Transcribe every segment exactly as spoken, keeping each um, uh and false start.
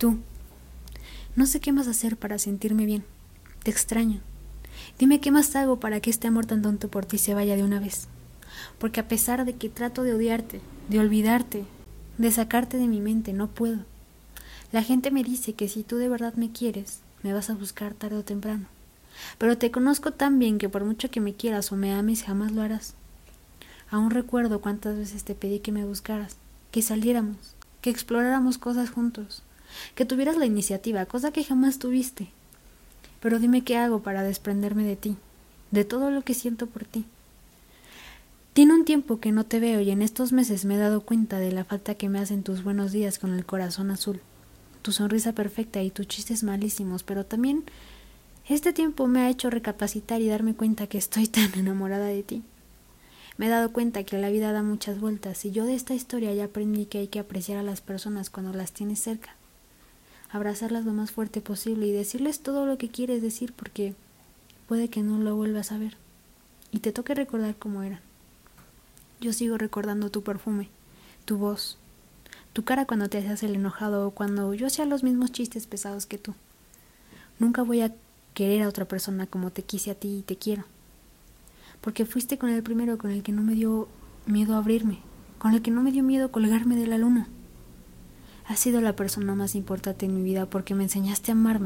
Tú, no sé qué más hacer para sentirme bien. Te extraño. Dime qué más hago para que este amor tan tonto por ti se vaya de una vez. Porque a pesar de que trato de odiarte, de olvidarte, de sacarte de mi mente, no puedo. La gente me dice que si tú de verdad me quieres, me vas a buscar tarde o temprano. Pero te conozco tan bien que por mucho que me quieras o me ames, jamás lo harás. Aún recuerdo cuántas veces te pedí que me buscaras, que saliéramos, que exploráramos cosas juntos, que tuvieras la iniciativa, cosa que jamás tuviste. Pero dime qué hago para desprenderme de ti, de todo lo que siento por ti. Tiene un tiempo que no te veo y en estos meses me he dado cuenta de la falta que me hacen tus buenos días con el corazón azul, tu sonrisa perfecta y tus chistes malísimos, pero también este tiempo me ha hecho recapacitar y darme cuenta que estoy tan enamorada de ti. Me he dado cuenta que la vida da muchas vueltas y yo de esta historia ya aprendí que hay que apreciar a las personas cuando las tienes cerca, abrazarlas lo más fuerte posible y decirles todo lo que quieres decir porque puede que no lo vuelvas a ver y te toque recordar cómo eran. Yo sigo recordando tu perfume, tu voz, tu cara cuando te hacías el enojado o cuando yo hacía los mismos chistes pesados que tú. Nunca voy a querer a otra persona como te quise a ti y te quiero. Porque fuiste con el primero con el que no me dio miedo abrirme, con el que no me dio miedo colgarme de la luna. Has sido la persona más importante en mi vida porque me enseñaste a amarme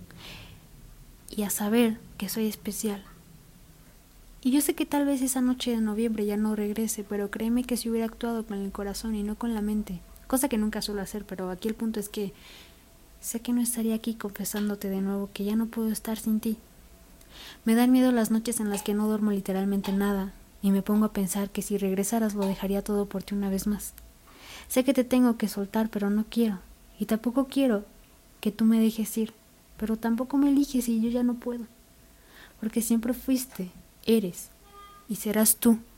y a saber que soy especial. Y yo sé que tal vez esa noche de noviembre ya no regrese, pero créeme que si hubiera actuado con el corazón y no con la mente, cosa que nunca suelo hacer, pero aquí el punto es que sé que no estaría aquí confesándote de nuevo que ya no puedo estar sin ti. Me dan miedo las noches en las que no duermo literalmente nada y me pongo a pensar que si regresaras lo dejaría todo por ti una vez más. Sé que te tengo que soltar, pero no quiero, y tampoco quiero que tú me dejes ir, pero tampoco me eliges y yo ya no puedo, porque siempre fuiste, eres y serás tú